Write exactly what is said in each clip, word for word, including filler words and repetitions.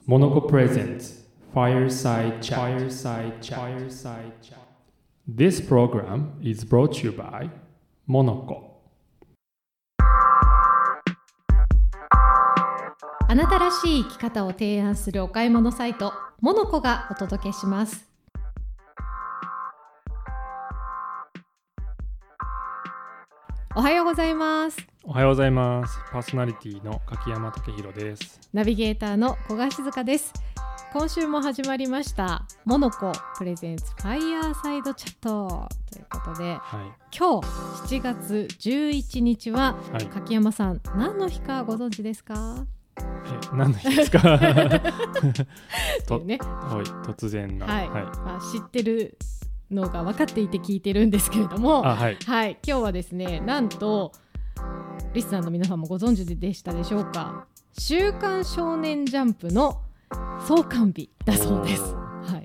Monoco presents Fireside Chat. Fireside Chat. Fireside Chat. This program is brought to you by Monoco. あなたらしい生き方を提案するお買い物サイトモノコがお届けします。おはようございます。 おはようございます。パーソナリティの柿山武弘です。 ナビゲーターの古賀静香です。今週も始まりましたモノコプレゼンツファイヤーサイドチャットということで、はい、今日しちがつじゅういちにちは、はい、柿山さん何の日かご存知ですか？ え何の日ですか？と、ね、はい、突然な、 はいはい、まあ、知ってるのが分かっていて聞いてるんですけれども、 あ、はいはい、今日はですね、なんとリスナーの皆さんもご存知でしたでしょうか。週刊少年ジャンプの創刊日だそうです。はい、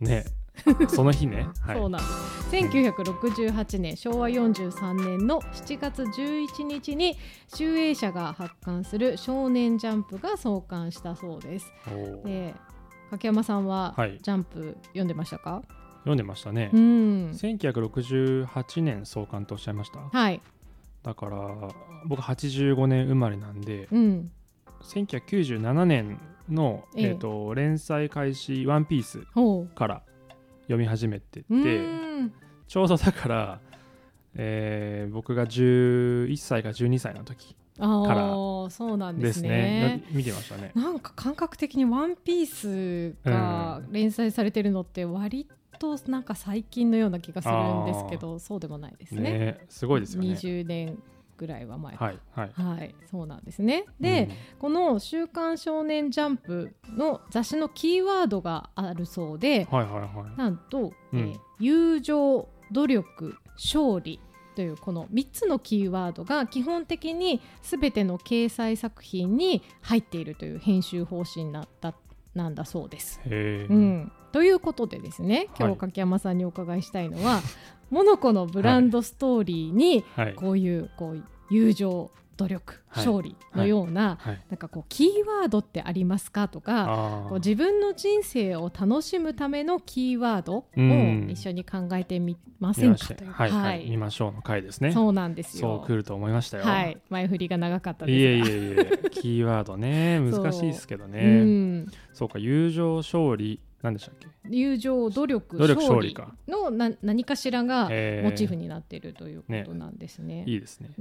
ねその日ね、はい、 そうなんです。せんきゅうひゃくろくじゅうはちねんしょうわよんじゅうさんねんのしちがつじゅういちにちに集英社が発刊する少年ジャンプが創刊したそうです。で、柿山さんはジャンプ読んでましたか？ 読んでましたね、 うん、 せんきゅうひゃくろくじゅうはちねん創刊とおっしゃいました。 はい。 だから僕はちじゅうごねん生まれなんで、 うん、せんきゅうひゃくきゅうじゅうななねんの、えーと、連載開始ワンピースから読み始めてて、ちょうどだから、えー、僕がじゅういっさいかじゅうにさいの時からそうなんですね。 ですね。見てましたね。 なんか感覚的にワンピースが連載されてるのって割となんか最近のような気がするんですけど、そうでもないですね。 ね、すごいですよね。 にじゅうねんぐらいは前か、 はいはいはい、そうなんですね。で、うん、この週刊少年ジャンプの雑誌のキーワードがあるそうで、 はいはいはい、 なんと、 うんえー、友情、努力、勝利というこのみっつのキーワードが基本的に全ての掲載作品に入っているという編集方針だったなんだそうです。 へー、 うん、ということでですね、今日柿山さんにお伺いしたいのは、はい、モノコのブランドストーリーにこういう、こう友情、努力、勝利のような、はいはい、なんかこうキーワードってありますかとか、こう自分の人生を楽しむためのキーワードを一緒に考えてみませんかという、 はいはい、見ましょうの回ですね。 そうなんですよ。 そう来ると思いましたよ。 はい、前振りが長かったですが、 いえいえいえキーワードね難しいですけどね。そう、うん、そうか、友情、勝利、何でしたっけ？ 友情、努力、 努力勝利のな何かしらがモチーフになっているということなんですね。 ね、いいですね。 うん、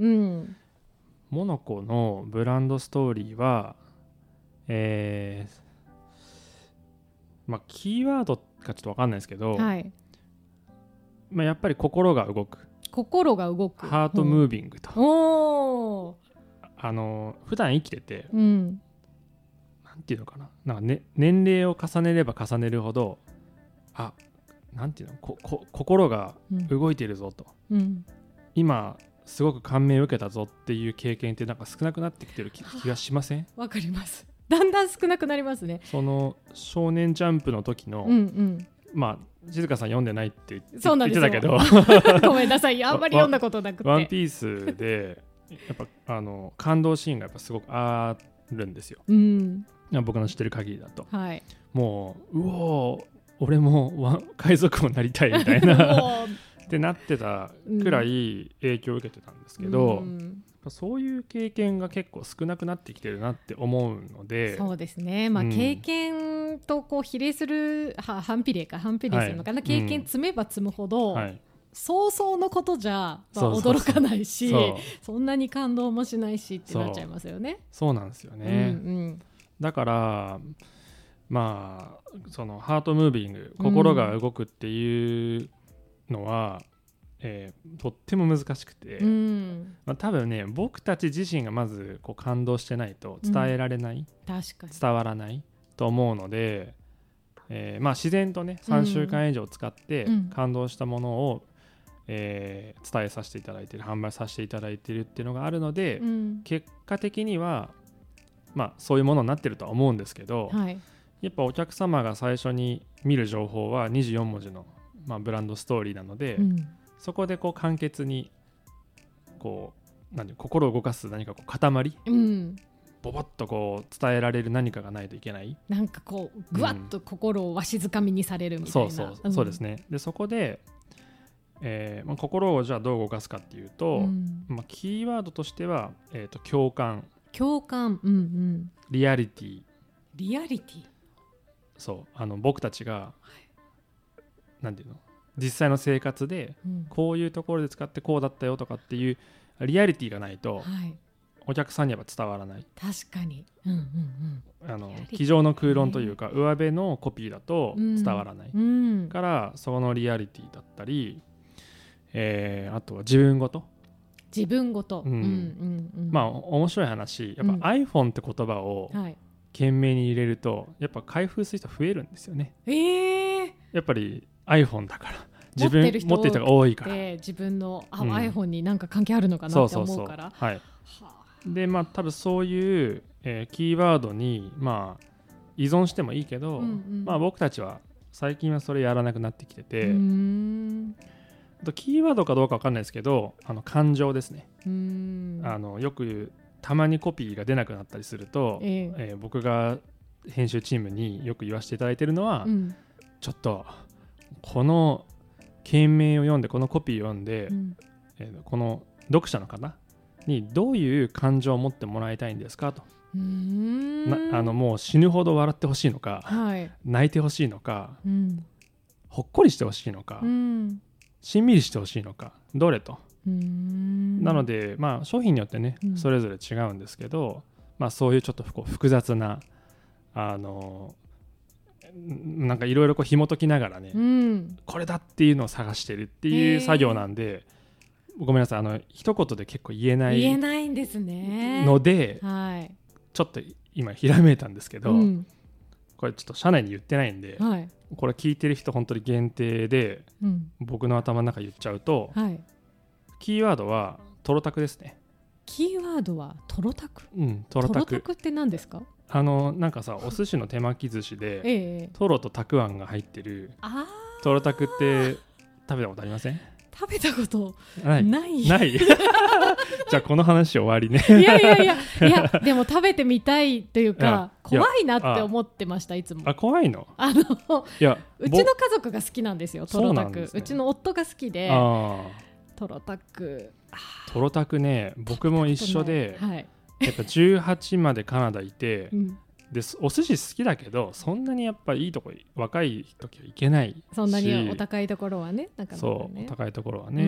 モノコのブランドストーリーは、えーまあ、キーワードかちょっと分かんないですけど、 はい、 まあ、やっぱり心が動く、 心が動く、 ハートムービングと、 うん、おあの普段生きてて、 うん、 なんていうのかな、なんか、ね、年齢を重ねれば重ねるほど、あ、なんていうの、ここ心が動いているぞと、 うん、今すごく感銘を受けたぞっていう経験ってなんか少なくなってきてる 気, 気がしません？ わかります。だんだん少なくなりますね。 その少年ジャンプの時の、 うんうん、 まあ静香さん読んでないって言って、 そうなんですよ。 言ってたけどごめんなさい、あんまり読んだことなくて。 ワンピースでやっぱあの感動シーンがやっぱすごくあるんですよ、うん、僕の知ってる限りだと、 はい、 もううお俺も海賊王になりたいみたいなってなってたくらい影響を受けてたんですけど、うん、そういう経験が結構少なくなってきてるなって思うので。 そうですね、まあ、経験とこう比例する、うん、反比例か反比例するのかな、はい、経験積めば積むほど、うん、はい、そうそうのことじゃ、まあ、驚かないし、そうそうそう、そんなに感動もしないしってなっちゃいますよね。 そう、そうなんですよね、うんうん、だからまあそのハートムービング、心が動くっていうのは、うん、えー、とっても難しくて、うん、まあ、多分ね僕たち自身がまずこう感動してないと伝えられない、うん、 確かに伝わらないと思うので、えーまあ、自然とねさんしゅうかん以上使って感動したものを、うん、えー、伝えさせていただいている、販売させていただいているっていうのがあるので、うん、結果的には、まあ、そういうものになってるとは思うんですけど、はい、やっぱお客様が最初に見る情報はにじゅうよんもじの、まあ、ブランドストーリーなので、うん、そこでこう簡潔にこう何心を動かす何かこう塊、うん、 ボボッとこう伝えられる何かがないといけない。 なんかこうぐわっと心をわしづかみにされるみたいな、 そうそう、うん、そうですね。でそこで、えーまあ、心をじゃあどう動かすかっていうと、うんまあ、キーワードとしては、えーと、共感共感、うんうん、 リアリティリアリティそうあの僕たちが、はい、なんていうの実際の生活でこういうところで使ってこうだったよとかっていうリアリティがないと、はい、お客さんには伝わらない。 確かに、うんうんうん、あの机上の空論というか上辺のコピーだと伝わらない、うん、からそのリアリティだったり、えー、あとは自分ごと自分ごと、うんうんうん、 まあ面白い話やっぱ iPhone って言葉を懸命に入れるとやっぱ開封する人増えるんですよね、 えー、 やっぱり iPhone だから自分持ってる人が多いから自分の、うん、iPhone に何か関係あるのかなって思うから。 はい、でまあ多分そういう、えー、キーワードにまあ依存してもいいけど、うんうんまあ、僕たちは最近はそれやらなくなってきてて、うーんあとキーワードかどうか分かんないですけどあの感情ですね。うーんあのよくたまにコピーが出なくなったりすると、えーえー、僕が編集チームによく言わせていただいているのは、うん、ちょっとこの件名を読んでこのコピーを読んで、うんえー、この読者の方にどういう感情を持ってもらいたいんですかと。うーんなあのもう死ぬほど笑ってほしいのか、はい、泣いてほしいのか、うん、ほっこりしてほしいのか、うん、しんみりしてほしいのかどれと。うーんなので、まあ、商品によってね、うん、それぞれ違うんですけど、まあ、そういうちょっとこう複雑なあのなんかいろいろ紐解きながらね、うん、これだっていうのを探してるっていう作業なんで、ごめんなさいあの一言で結構言えない言えないんですねので、はい、ちょっと今ひらめいたんですけど、うん、これちょっと社内に言ってないんで、はい、これ聞いてる人本当に限定で、うん、僕の頭の中言っちゃうと、はい、キーワードはトロタクですね。 キーワードはトロタク、 うん、トロタク。 トロタクって何ですか？ あのなんかさお寿司の手巻き寿司で、ええ、トロとたくあんが入ってるトロタクって食べたことありません？ 食べたことないないないじゃあこの話終わりねいやいやいやいやでも食べてみたいというか怖いなって思ってました。いつもあ怖いのあのいやうちの家族が好きなんですよトロタク。 う,、ね、うちの夫が好きであトロタクトロタクね僕も一緒で、はい、やっぱじゅうはちまでカナダいて、うん、でお寿司好きだけどそんなにやっぱいいとこ若い時は行けないしそんなにお高いところはねなかなかねそうお高いところはね、うん、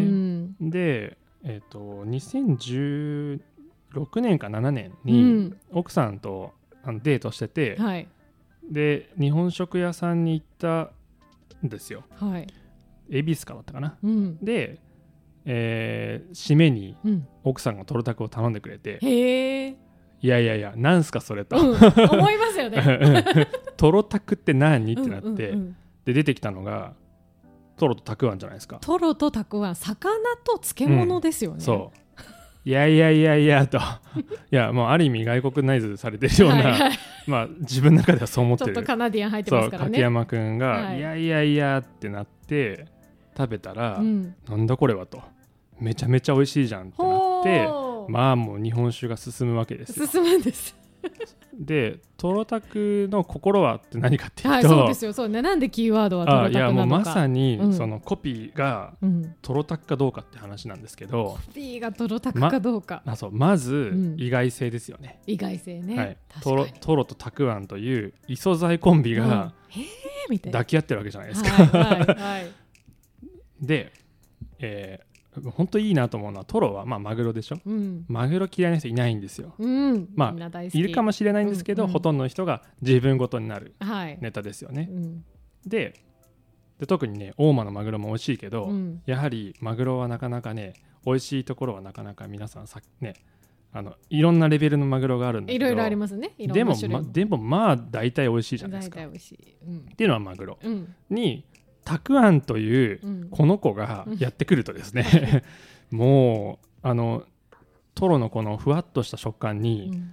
で、えー、とにせんじゅうろくねんかななねんに奥さんとあのデートしてて、はい、で日本食屋さんに行ったんですよ、はい、恵比寿かだったかな、うん、でえー、締めに奥さんがトロタクを頼んでくれて、うん、へーいやいやいやなんすかそれと、うん、 思いますよねトロタクって何ってなって、うんうんうん、で出てきたのがトロとたくあんじゃないですか。 トロとたくあん魚と漬物ですよね、うん、 そういやいやいやいやといやもうある意味外国ナイズされてるようなはい、はい、まあ自分の中ではそう思ってる。 ちょっとカナディアン入ってますからね。 そう柿山くんが、はい、いやいやいやってなって食べたら、うん、なんだこれはとめちゃめちゃ美味しいじゃんってなってまあもう日本酒が進むわけですよ。 進むんですでトロタクの心はって何かっていうと、 はい、そうですよそう、ね、なんでキーワードはトロタクなのか。いやもうまさに、うん、そのコピーがトロタクかどうかって話なんですけど、 コピーがトロタクかどうか、 ま, あそうまず、うん、意外性ですよね。 意外性ね、はい、 トロ、トロとたくあんという異素材コンビが、うん、抱き合ってるわけじゃないですか、はいはいはい、で、えー本当いいなと思うのはトロはまあマグロでしょ、うん、マグロ嫌いな人いないんですよ、うん、まあいるかもしれないんですけど、うんうん、ほとんどの人が自分ごとになるネタですよね、はいうん、で, で特にね大間のマグロも美味しいけど、うん、やはりマグロはなかなかね美味しいところはなかなか皆さんさねあのいろんなレベルのマグロがあるんだけどいろいろありますね。いろんな種類もでも、ま、でもまあ大体美味しいじゃないですか。 大体美味しい、 うん、っていうのはマグロ、うん、にたくあんというこの子がやってくるとですね、うん、もうあのトロのこのふわっとした食感に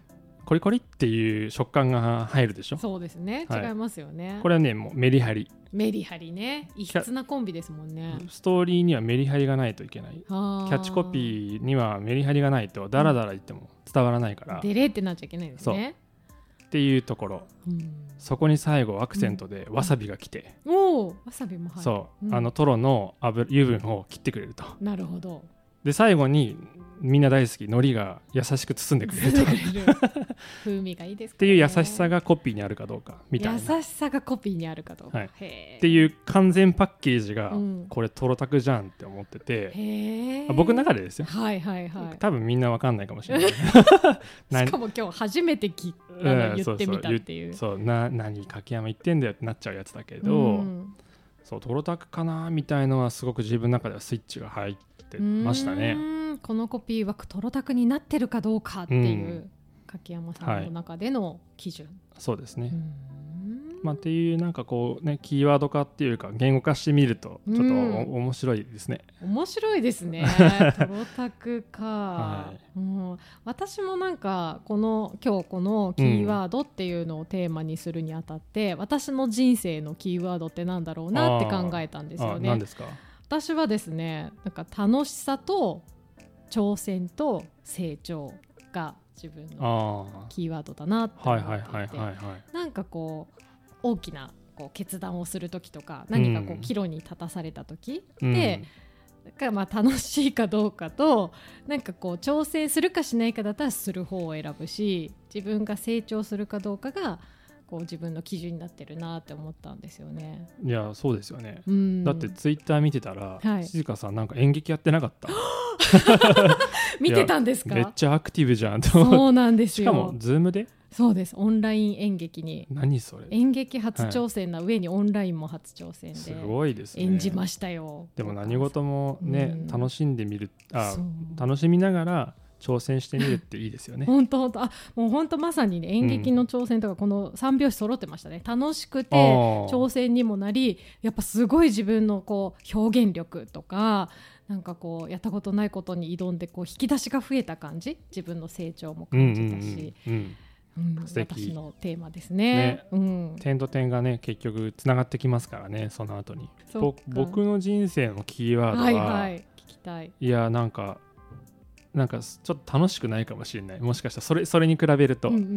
コリコリっていう食感が入るでしょ。 そうですね、はい、違いますよね。 これはねもうメリハリメリハリね、異質なコンビですもんね。 ストーリーにはメリハリがないといけない。キャッチコピーにはメリハリがないとダラダラ言っても伝わらないから、うん、 デレってなっちゃいけないですねっていうところ、うん、そこに最後アクセントでわさびが来て、 うん、おーわさびも入る。 そう、うん、あのトロの油油分を切ってくれると。 なるほど。 で最後にみんな大好き海苔が優しく包んでくれると風味がいいですかね。 っていう優しさがコピーにあるかどうかみたいな。 優しさがコピーにあるかどうか、 はい、っていう完全パッケージが、うん、これトロタクじゃんって思ってて、 へ僕の中でですよ。 はいはいはい。 多分みんな分かんないかもしれないしかも今日初めてきあの言ってみたっていう、 そうそうそうな何柿山言ってんだよってなっちゃうやつだけど、うん、そうトロタクかなみたいのはすごく自分の中ではスイッチが入ってましたね。 このコピー枠トロタクになってるかどうかっていう、うん、柿山さんの中での基準、 はい、そうですね。まあ、っていうなんかこうねキーワード化っていうか言語化してみるとちょっと面白いですね。 面白いですねトロタクか、はい、うん、私もなんかこの今日このキーワードっていうのをテーマにするにあたって、うん、私の人生のキーワードってなんだろうなって考えたんですよね。 何ですか？ 私はですねなんか楽しさと挑戦と成長が自分のキーワードだなって思っていて、なんかこう大きなこう決断をするときとか何かこう岐路に立たされたとき、うん、でがまあ楽しいかどうかとなんかこう挑戦するかしないかだったらする方を選ぶし、自分が成長するかどうかがこう自分の基準になってるなって思ったんですよね。 いやそうですよね、うん、だってツイッター見てたら、はい、静香さんなんか演劇やってなかった見てたんですか？ めっちゃアクティブじゃんと思って。 そうなんですよ。 しかもズームで。 そうです、オンライン演劇に。 何それ？ 演劇初挑戦な上にオンラインも初挑戦で、 すごいですね。 演じましたよ。 でも何事もね、うん、楽しんでみるあ楽しみながら挑戦してみるっていいですよね。 本当本当、あもう本当まさに、ね、演劇の挑戦とかこの三拍子揃ってましたね。楽しくて挑戦にもなり、やっぱすごい自分のこう表現力とかなんかこうやったことないことに挑んでこう引き出しが増えた感じ、自分の成長も感じたし、うんうんうんうん、私のテーマです ね, ね、うん、 点と点がね結局つながってきますからね。その後に僕の人生のキーワードは、はいはい、 聞きたい。 いやなんかなんかちょっと楽しくないかもしれない。もしかしたらそれそれに比べると、うんうんうん、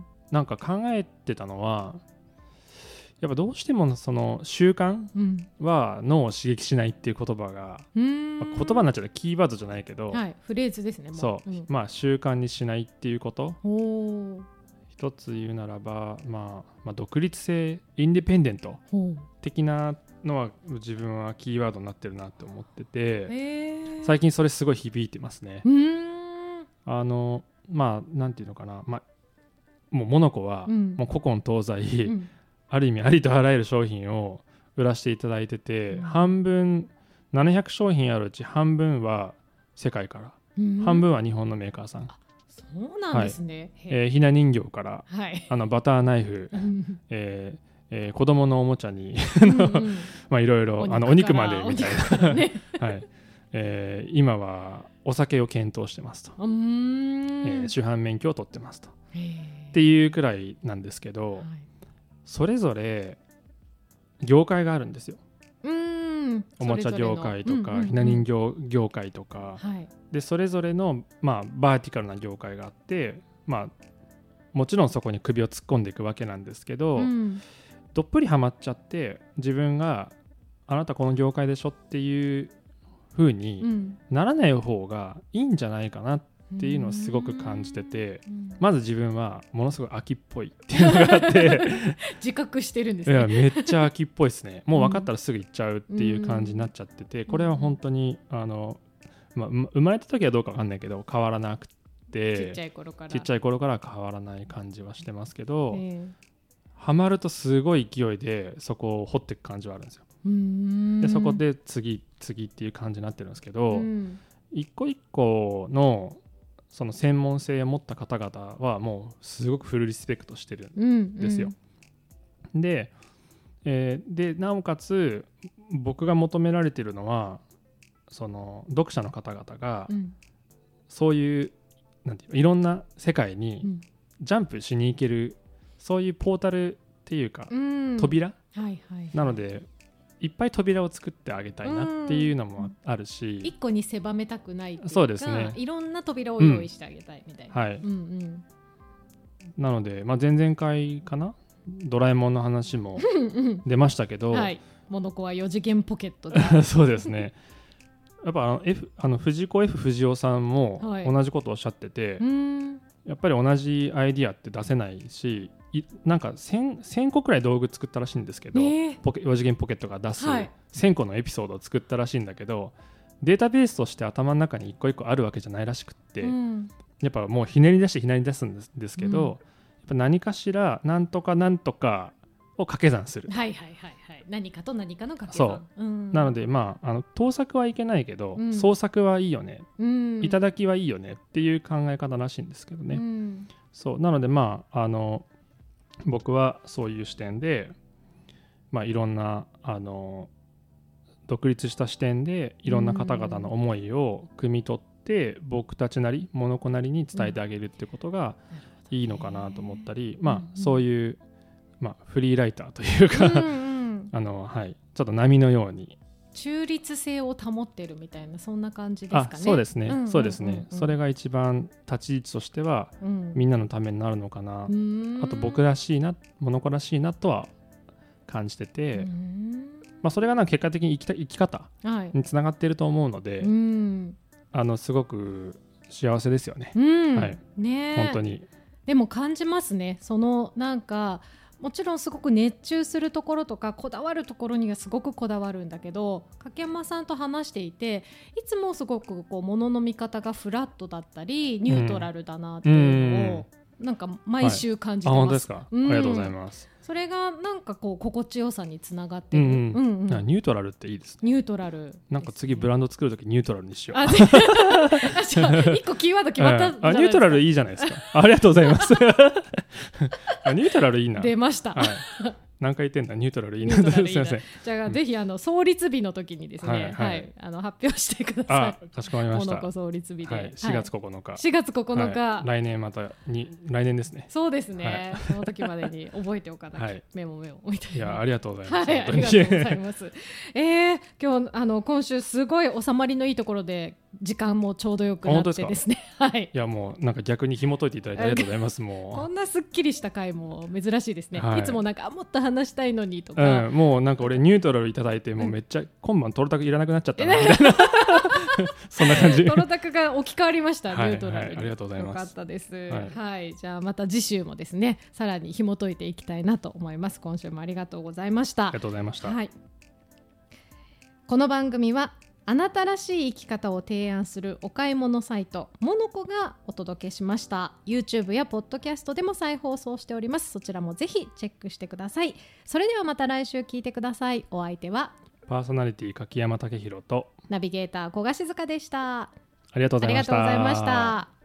なんか考えてたのはやっぱどうしてもその習慣は脳を刺激しないっていう言葉が、うん、まあ、言葉になっちゃうキーワードじゃないけど、 はい、フレーズですね。もうそう、うん、まあ習慣にしないっていうこと。 お一つ言うならば、まあ、まあ独立性インディペンデント的なのは自分はキーワードになってるなって思ってて、最近それすごい響いてますね。 うーん、 あのまあなんていうのかな、まあ、もうモノコは、うん、もう古今東西、うん、ある意味ありとあらゆる商品を売らせていただいてて、うん、半分ななひゃく商品あるうち半分は世界から、うん、半分は日本のメーカーさん。 そうなんですね。はい、 えー、ひな人形から、 はい、 あのバターナイフ、えーえー、子供のおもちゃにいろいろお肉までみたいな、ねはいえー、今はお酒を検討してますと、うーん、えー、主犯免許を取ってますとっていうくらいなんですけど、はい、それぞれ業界があるんですよ。 うーん、 おもちゃ業界とか、うんうんうん、ひな人形業界とか、はい、でそれぞれの、まあ、バーティカルな業界があって、まあ、もちろんそこに首を突っ込んでいくわけなんですけど、うん、どっぷりハマっちゃって自分があなたこの業界でしょっていう風にならない方がいいんじゃないかなっていうのをすごく感じてて、うん、まず自分はものすごい秋っぽいっていうのがあって自覚してるんですね。 いやめっちゃ秋っぽいですね。もう分かったらすぐ行っちゃうっていう感じになっちゃってて、これは本当にあの、まあ、生まれた時はどうか分かんないけど変わらなくて、 ちっちゃい頃からちっちゃい頃から変わらない感じはしてますけど、えー、ハマるとすごい勢いでそこを掘っていく感じはあるんですよ。 うーん、 でそこで次次っていう感じになってるんですけど、うん、一個一個のその専門性を持った方々はもうすごくフルリスペクトしてるんですよ、うんうん、で、えー、でなおかつ僕が求められているのはその読者の方々がそういう、なんていうの、いろんな世界にジャンプしに行けるそういうポータルっていうか、 うん、 扉、 はいはいはい、 なのでいっぱい扉を作ってあげたいなっていうのもあるし、 一個に狭めたくないっていうか、 そうですね、 いろんな扉を用意してあげたいみたいな、 うん、はい、 うんうん、 なので、まあ、前々回かなドラえもんの話も出ましたけどはい、モノコはよ次元ポケットでそうですね、やっぱあの、F、あの藤子 F 不二雄さんも同じことをおっしゃってて、はい、やっぱり同じアイディアって出せないし、いなんか 1000, 1000個くらい道具作ったらしいんですけど、えー、ポケよ次元ポケットが出すせんこのエピソードを作ったらしいんだけど、データベースとして頭の中に一個一個あるわけじゃないらしくって、うん、やっぱもうひねり出してひねり出すんです、ですけど、うん、やっぱ何かしらなんとかなんとかを掛け算する、 はいはいはいはい、何かと何かの掛け算、 そう、うん、なのでまああの盗作はいけないけど、うん、創作はいいよね、うん、いただきはいいよねっていう考え方らしいんですけどね、うん、そうなのでまああの僕はそういう視点で、まあ、いろんなあの独立した視点でいろんな方々の思いを汲み取って僕たちなりモノコなりに伝えてあげるってことがいいのかなと思ったり、まあそういう、まあ、フリーライターというかあの、はい、ちょっと波のように中立性を保ってるみたいなそんな感じですかね。 あ、そうですね、うんうんうんうん、そうですね、それが一番立ち位置としては、うん、みんなのためになるのかな、あと僕らしいなモノコらしいなとは感じてて、まあ、それがなんか結果的に生きた生き方につながっていると思うので、はい、あのすごく幸せですよね、うんはい、ね本当に。 でも感じますね、そのなんかもちろんすごく熱中するところとかこだわるところにはすごくこだわるんだけど、柿山さんと話していていつもすごくこう物の見方がフラットだったりニュートラルだなっていうのをなんか毎週感じてます、はい、あ、 本当ですか、うん、ありがとうございます。 それがなんかこう心地よさにつながってる、うんうんうんうん、ニュートラルっていいですね。 ニュートラル、ね、 なんか次ブランド作るときニュートラルにしよう。 あじゃあいっこキーワード決まったじゃないですか、 あニュートラルいいじゃないですかありがとうございますあニュートラルいいな、 出ました、はい何回言ってんだニュートラルいいなすいません。 じゃあ、うん、ぜひあの創立日の時にですね、はいはいはい、あの発表してください。 あ、かしこまりました。 モノコ創立日で、はい、 しがつここのか、 しがつここのか、 はい、来年またに来年ですね。 そうですね、はい、その時までに覚えておかなきゃ、はい、メモメモみたいな。 いやありがとうございます、 はい、ありがとうございますえー、今日あの今週すごい収まりのいいところで時間もちょうどよくなってですねはい、 いやもうなんか逆に紐解いていただいてありがとうございますもうこんなすっきりした回も珍しいですね、はい、いつもなんかもっと話したいのにとか、 うん、もうなんか俺ニュートラルいただいてもうめっちゃ今晩トロタクいらなくなっちゃったなみたいなそんな感じ。 トロタクが置き換わりました、はい、ニュートラルに、 はい、ありがとうございます。 よかったです、はいはい、じゃあまた次週もですねさらに紐解いていきたいなと思います。今週もありがとうございました。 ありがとうございました、 はい、この番組はあなたらしい生き方を提案するお買い物サイトモノコがお届けしました。 YouTube やポッドキャストでも再放送しております。そちらもぜひチェックしてください。それではまた来週聞いてください。お相手はパーソナリティ柿山武宏とナビゲーター古賀静香でした。 ありがとうございました。 ありがとうございました。